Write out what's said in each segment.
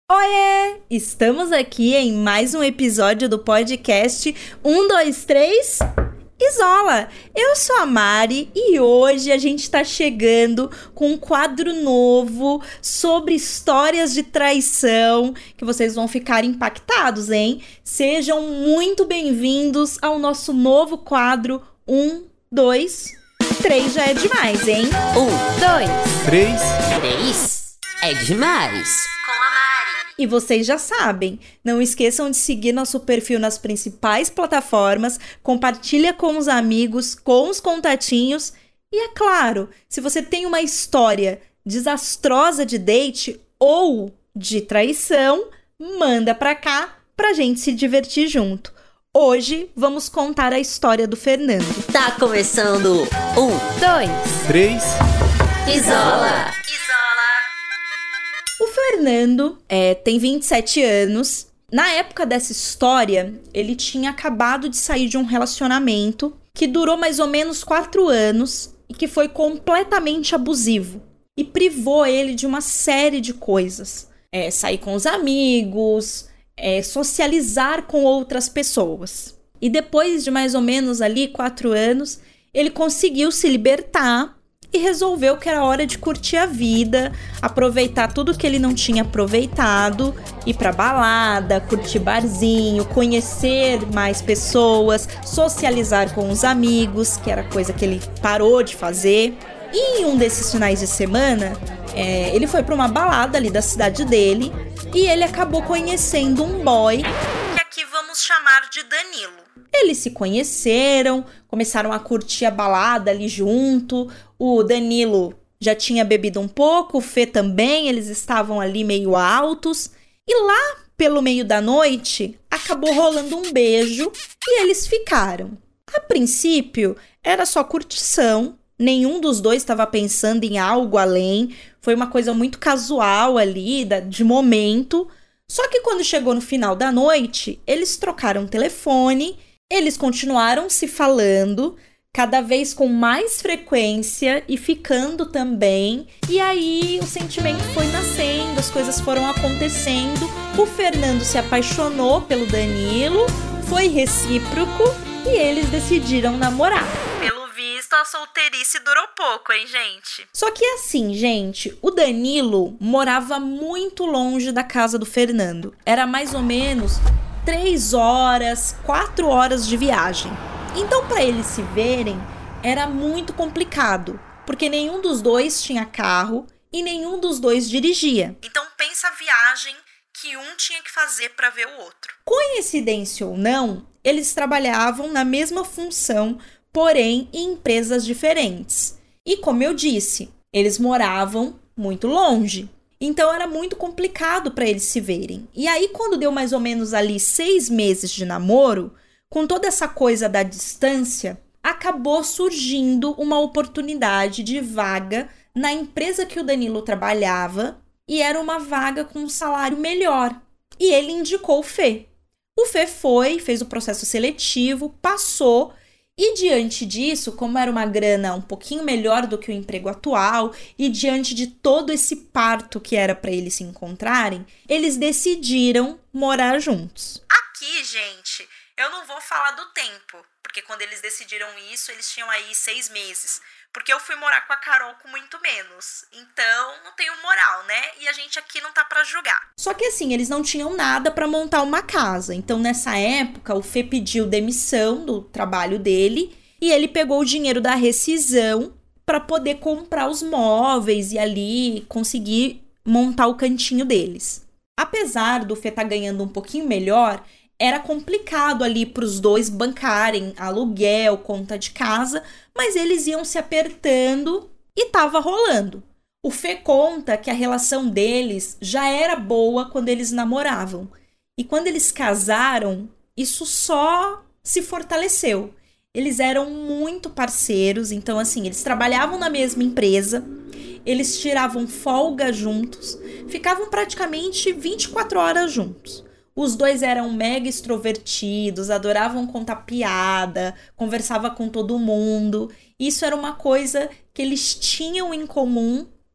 Oiê! Estamos aqui em mais um episódio do podcast 123 Isola. Eu sou a Mari e hoje a gente tá chegando com um quadro novo sobre histórias de traição que vocês vão ficar impactados, hein? Sejam muito bem-vindos ao nosso novo quadro 1, 2, 3 já é demais, hein? 1, 2, 3. 3 é demais. E vocês já sabem, não esqueçam de seguir nosso perfil nas principais plataformas, compartilha com os amigos, com os contatinhos. E é claro, se você tem uma história desastrosa de date ou de traição, manda pra cá pra gente se divertir junto. Hoje vamos contar a história do Fernando. Tá começando 1, 2, 3. Isola. O Fernando tem 27 anos. Na época dessa história, ele tinha acabado de sair de um relacionamento que durou mais ou menos 4 anos e que foi completamente abusivo e privou ele de uma série de coisas. Sair com os amigos, socializar com outras pessoas. E depois de mais ou menos ali 4 anos, ele conseguiu se libertar e resolveu que era hora de curtir a vida, aproveitar tudo que ele não tinha aproveitado, ir pra balada, curtir barzinho, conhecer mais pessoas, socializar com os amigos, que era coisa que ele parou de fazer. E em um desses finais de semana, ele foi pra uma balada ali da cidade dele e ele acabou conhecendo um boy, que aqui vamos chamar de Danilo. Eles se conheceram, começaram a curtir a balada ali junto. O Danilo já tinha bebido um pouco, o Fê também, eles estavam ali meio altos. E lá, pelo meio da noite, acabou rolando um beijo e eles ficaram. A princípio, era só curtição, nenhum dos dois estava pensando em algo além. Foi uma coisa muito casual ali, de momento. Só que quando chegou no final da noite, eles trocaram telefone. Eles continuaram se falando, cada vez com mais frequência e ficando também. E aí o sentimento foi nascendo, as coisas foram acontecendo. O Fernando se apaixonou pelo Danilo, foi recíproco e eles decidiram namorar. Pelo visto, a solteirice durou pouco, hein, gente? Só que assim, gente, o Danilo morava muito longe da casa do Fernando. Era mais ou menos 3 horas, 4 horas de viagem. Então, para eles se verem, era muito complicado, porque nenhum dos dois tinha carro e nenhum dos dois dirigia. Então, pensa a viagem que um tinha que fazer para ver o outro. Coincidência ou não, eles trabalhavam na mesma função, porém em empresas diferentes. E como eu disse, eles moravam muito longe. Então era muito complicado para eles se verem. E aí quando deu mais ou menos ali 6 meses de namoro, com toda essa coisa da distância, acabou surgindo uma oportunidade de vaga na empresa que o Danilo trabalhava e era uma vaga com um salário melhor. E ele indicou o Fê. O Fê foi, fez o processo seletivo, passou. E diante disso, como era uma grana um pouquinho melhor do que o emprego atual, e diante de todo esse parto que era para eles se encontrarem, eles decidiram morar juntos. Aqui, gente, eu não vou falar do tempo, porque quando eles decidiram isso, eles tinham aí 6 meses. Porque eu fui morar com a Carol com muito menos. Então, não tenho moral, né? E a gente aqui não tá pra julgar. Só que assim, eles não tinham nada pra montar uma casa. Então, nessa época, o Fê pediu demissão do trabalho dele. E ele pegou o dinheiro da rescisão pra poder comprar os móveis e ali conseguir montar o cantinho deles. Apesar do Fê estar ganhando um pouquinho melhor, era complicado ali para os dois bancarem aluguel, conta de casa, mas eles iam se apertando e tava rolando. O Fê conta que a relação deles já era boa quando eles namoravam. E quando eles casaram, isso só se fortaleceu. Eles eram muito parceiros, então assim, eles trabalhavam na mesma empresa, eles tiravam folga juntos, ficavam praticamente 24 horas juntos. Os dois eram mega extrovertidos, adoravam contar piada, conversava com todo mundo. Isso era uma coisa que eles tinham em comum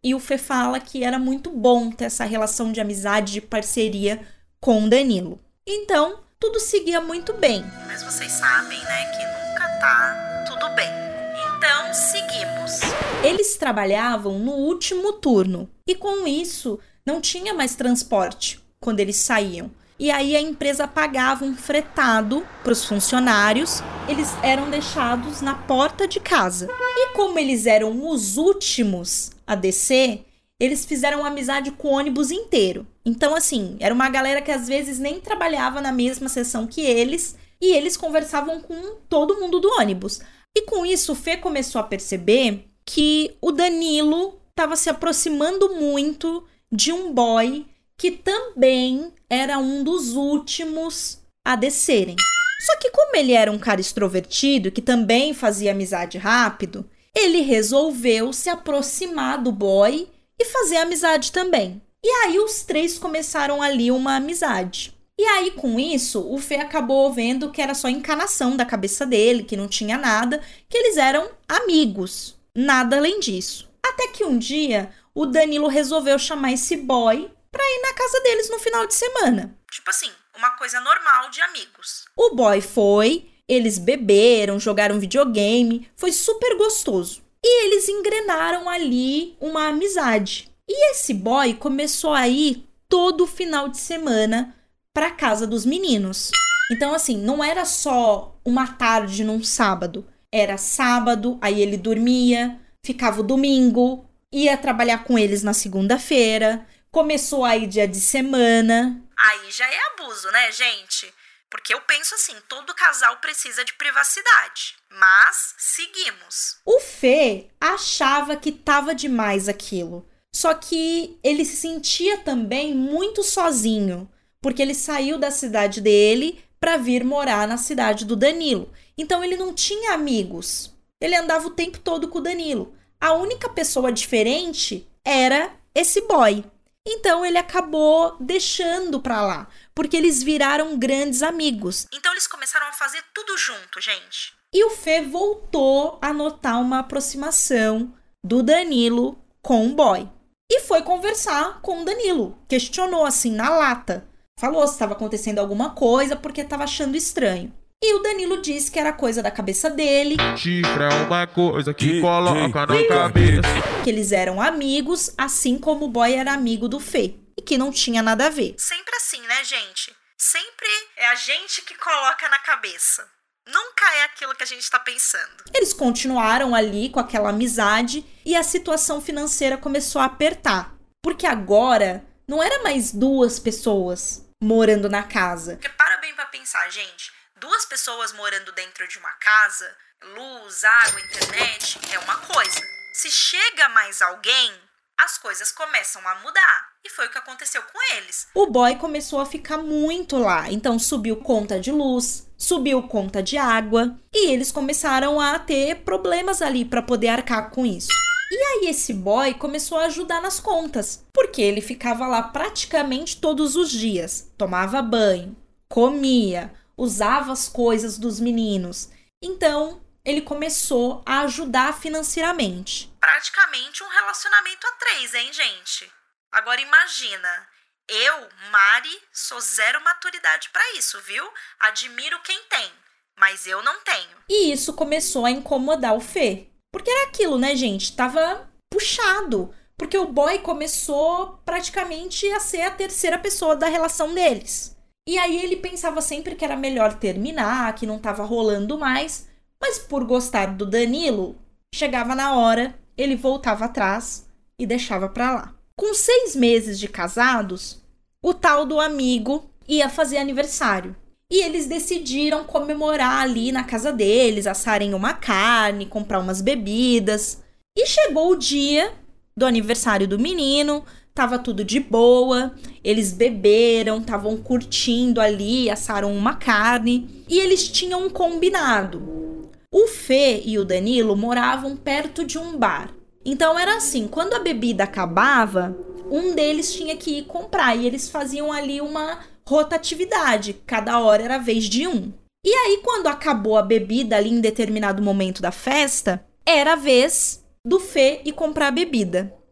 E o Fê fala que era muito bom ter essa relação de amizade, de parceria com o Danilo. Então, tudo seguia muito bem. Mas vocês sabem, né, que nunca tá tudo bem. Então, seguimos. Eles trabalhavam no último turno. E com isso, não tinha mais transporte quando eles saíam. E aí a empresa pagava um fretado para os funcionários. Eles eram deixados na porta de casa. E como eles eram os últimos a descer, eles fizeram amizade com o ônibus inteiro. Então, assim, era uma galera que às vezes nem trabalhava na mesma seção que eles. E eles conversavam com todo mundo do ônibus. E com isso, o Fê começou a perceber que o Danilo estava se aproximando muito de um boy que também era um dos últimos a descerem. Só que como ele era um cara extrovertido, que também fazia amizade rápido, ele resolveu se aproximar do boy e fazer amizade também. E aí os três começaram ali uma amizade. E aí com isso, o Fê acabou vendo que era só encanação da cabeça dele, que não tinha nada, que eles eram amigos. Nada além disso. Até que um dia, o Danilo resolveu chamar esse boy pra ir na casa deles no final de semana. Tipo assim, uma coisa normal de amigos. O boy foi, eles beberam, jogaram videogame, foi super gostoso. E eles engrenaram ali uma amizade. E esse boy começou a ir todo final de semana pra casa dos meninos. Então assim, não era só uma tarde num sábado. Era sábado, aí ele dormia, ficava o domingo, ia trabalhar com eles na segunda-feira. Começou aí dia de semana. Aí já é abuso, né, gente? Porque eu penso assim, todo casal precisa de privacidade. Mas seguimos. O Fê achava que tava demais aquilo. Só que ele se sentia também muito sozinho. Porque ele saiu da cidade dele para vir morar na cidade do Danilo. Então ele não tinha amigos. Ele andava o tempo todo com o Danilo. A única pessoa diferente era esse boy. Então ele acabou deixando pra lá, porque eles viraram grandes amigos. Então eles começaram a fazer tudo junto, gente. E o Fê voltou a notar uma aproximação do Danilo com o boy. E foi conversar com o Danilo. Questionou assim na lata. Falou se estava acontecendo alguma coisa porque estava achando estranho. E o Danilo disse que era coisa da cabeça dele. Chifre é uma coisa que coloca na cabeça. Que eles eram amigos, assim como o boy era amigo do Fê. E que não tinha nada a ver. Sempre assim, né, gente? Sempre é a gente que coloca na cabeça. Nunca é aquilo que a gente tá pensando. Eles continuaram ali com aquela amizade e a situação financeira começou a apertar. Porque agora não era mais duas pessoas morando na casa. Porque para bem pra pensar, gente. Duas pessoas morando dentro de uma casa, luz, água, internet, é uma coisa. Se chega mais alguém, as coisas começam a mudar. E foi o que aconteceu com eles. O boy começou a ficar muito lá. Então subiu conta de luz, subiu conta de água. E eles começaram a ter problemas ali para poder arcar com isso. E aí esse boy começou a ajudar nas contas. Porque ele ficava lá praticamente todos os dias. Tomava banho, comia, usava as coisas dos meninos. Então, ele começou a ajudar financeiramente. Praticamente um relacionamento a 3, hein, gente? Agora imagina, eu, Mari, sou zero maturidade pra isso, viu? Admiro quem tem, mas eu não tenho. E isso começou a incomodar o Fê. Porque era aquilo, né, gente? Tava puxado. Porque o boy começou praticamente a ser a terceira pessoa da relação deles. E aí ele pensava sempre que era melhor terminar, que não tava rolando mais. Mas por gostar do Danilo, chegava na hora, ele voltava atrás e deixava pra lá. Com 6 meses de casados, o tal do amigo ia fazer aniversário. E eles decidiram comemorar ali na casa deles, assarem uma carne, comprar umas bebidas. E chegou o dia do aniversário do menino. Tava tudo de boa, eles beberam, estavam curtindo ali, assaram uma carne. E eles tinham um combinado. O Fê e o Danilo moravam perto de um bar. Então era assim, quando a bebida acabava, um deles tinha que ir comprar. E eles faziam ali uma rotatividade, cada hora era a vez de um. E aí quando acabou a bebida ali em determinado momento da festa, era a vez do Fê ir comprar a bebida.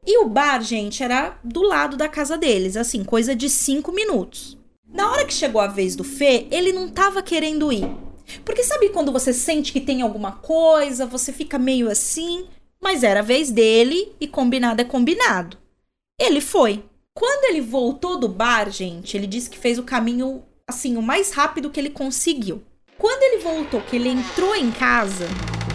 E o bar, gente, era do lado da casa deles, assim, coisa de 5 minutos. Na hora que chegou a vez do Fê, ele não tava querendo ir. Porque sabe quando você sente que tem alguma coisa, você fica meio assim? Mas era a vez dele e combinado é combinado. Ele foi. Quando ele voltou do bar, gente, ele disse que fez o caminho, assim, o mais rápido que ele conseguiu. Quando ele voltou, que ele entrou em casa,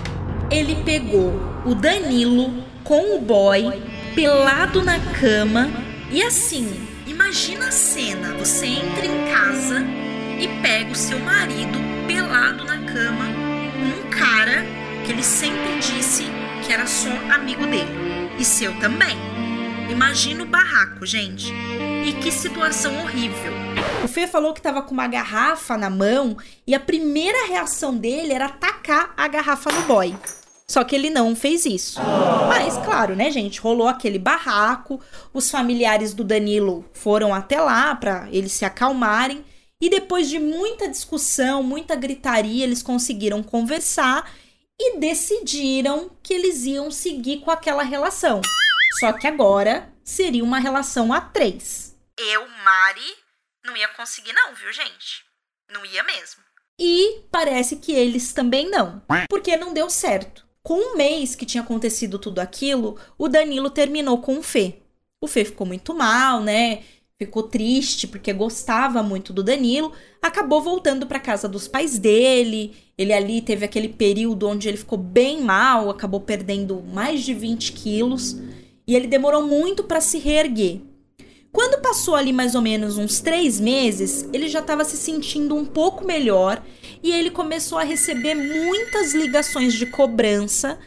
ele pegou o Danilo com o boy pelado na cama e assim, imagina a cena, você entra em casa e pega o seu marido pelado na cama com um cara que ele sempre disse que era só amigo dele e seu também. Imagina o barraco, gente. E que situação horrível. O Fê falou que tava com uma garrafa na mão e a primeira reação dele era tacar a garrafa no boy. Só que ele não fez isso. Mas, claro, né, gente? Rolou aquele barraco. Os familiares do Danilo foram até lá pra eles se acalmarem. E depois de muita discussão, muita gritaria, eles conseguiram conversar e decidiram que eles iam seguir com aquela relação. Só que agora seria uma relação a 3. Eu, Mari, não ia conseguir não, viu, gente? Não ia mesmo. E parece que eles também não, porque não deu certo. Com um mês que tinha acontecido tudo aquilo, o Danilo terminou com o Fê. O Fê ficou muito mal, né? Ficou triste porque gostava muito do Danilo. Acabou voltando para casa dos pais dele. Ele ali teve aquele período onde ele ficou bem mal, acabou perdendo mais de 20 quilos. E ele demorou muito para se reerguer. Quando passou ali mais ou menos uns 3 meses, ele já estava se sentindo um pouco melhor e ele começou a receber muitas ligações de cobrança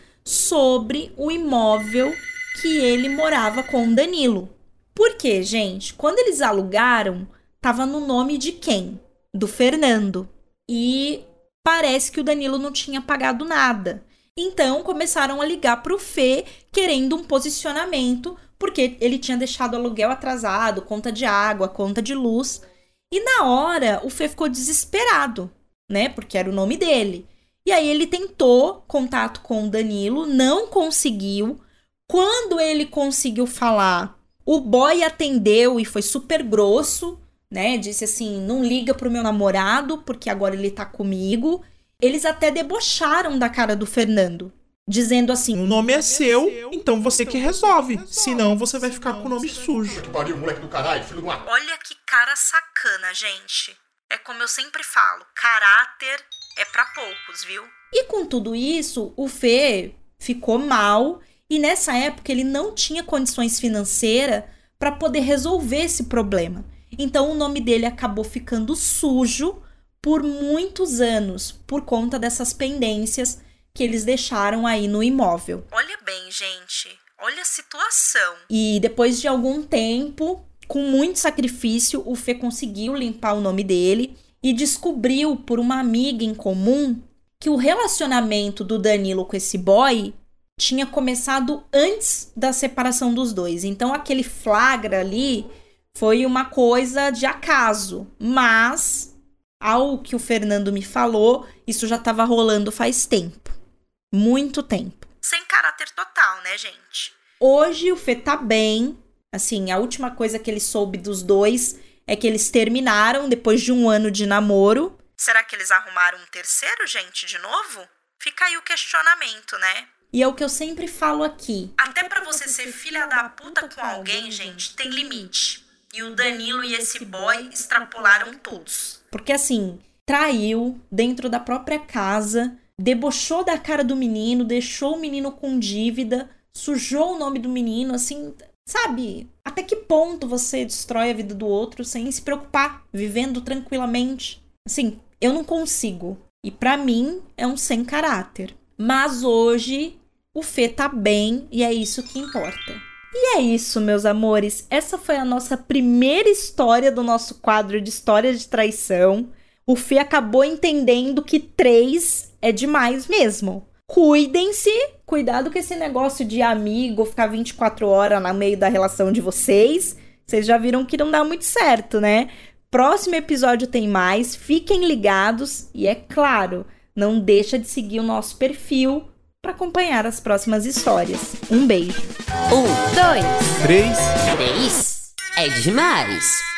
sobre o imóvel que ele morava com o Danilo. Por quê, gente? Quando eles alugaram, estava no nome de quem? Do Fernando. E parece que o Danilo não tinha pagado nada. Então, começaram a ligar para o Fê, querendo um posicionamento, porque ele tinha deixado aluguel atrasado, conta de água, conta de luz. E na hora, o Fê ficou desesperado, né? Porque era o nome dele. E aí ele tentou contato com o Danilo, não conseguiu. Quando ele conseguiu falar, o boy atendeu e foi super grosso, né? Disse assim, não liga pro meu namorado, porque agora ele tá comigo. Eles até debocharam da cara do Fernando, dizendo assim, o nome é seu, então você que resolve. Senão você vai ficar com o nome sujo. Que pariu, moleque do caralho, filho do mar. Olha que cara sacana, gente. É como eu sempre falo, caráter é pra poucos, viu? E com tudo isso, o Fê ficou mal e nessa época ele não tinha condições financeiras para poder resolver esse problema. Então o nome dele acabou ficando sujo por muitos anos, por conta dessas pendências que eles deixaram aí no imóvel. Olha bem, gente, olha a situação. E depois de algum tempo, com muito sacrifício, o Fê conseguiu limpar o nome dele e descobriu por uma amiga em comum que o relacionamento do Danilo com esse boy tinha começado antes da separação dos dois. Então aquele flagra ali foi uma coisa de acaso, mas ao que o Fernando me falou, isso já estava rolando faz tempo. Muito tempo. Sem caráter total, né, gente? Hoje o Fê tá bem. Assim, a última coisa que ele soube dos dois é que eles terminaram depois de 1 ano de namoro. Será que eles arrumaram um terceiro, gente, de novo? Fica aí o questionamento, né? E é o que eu sempre falo aqui. Até pra você ser filha da puta com alguém, gente, tem limite. E o Danilo e esse boy extrapolaram todos. Porque assim, traiu dentro da própria casa, debochou da cara do menino, deixou o menino com dívida, sujou o nome do menino, assim, sabe? Até que ponto você destrói a vida do outro sem se preocupar, vivendo tranquilamente? Assim, eu não consigo. E pra mim, é um sem caráter. Mas hoje, o Fê tá bem e é isso que importa. E é isso, meus amores. Essa foi a nossa primeira história do nosso quadro de história de traição. O Fê acabou entendendo que 3 é demais mesmo. Cuidem-se, cuidado com esse negócio de amigo, ficar 24 horas no meio da relação de vocês. Vocês já viram que não dá muito certo, né? Próximo episódio tem mais, fiquem ligados e é claro, não deixa de seguir o nosso perfil para acompanhar as próximas histórias. Um beijo. 1, 2, 3. 3 é demais.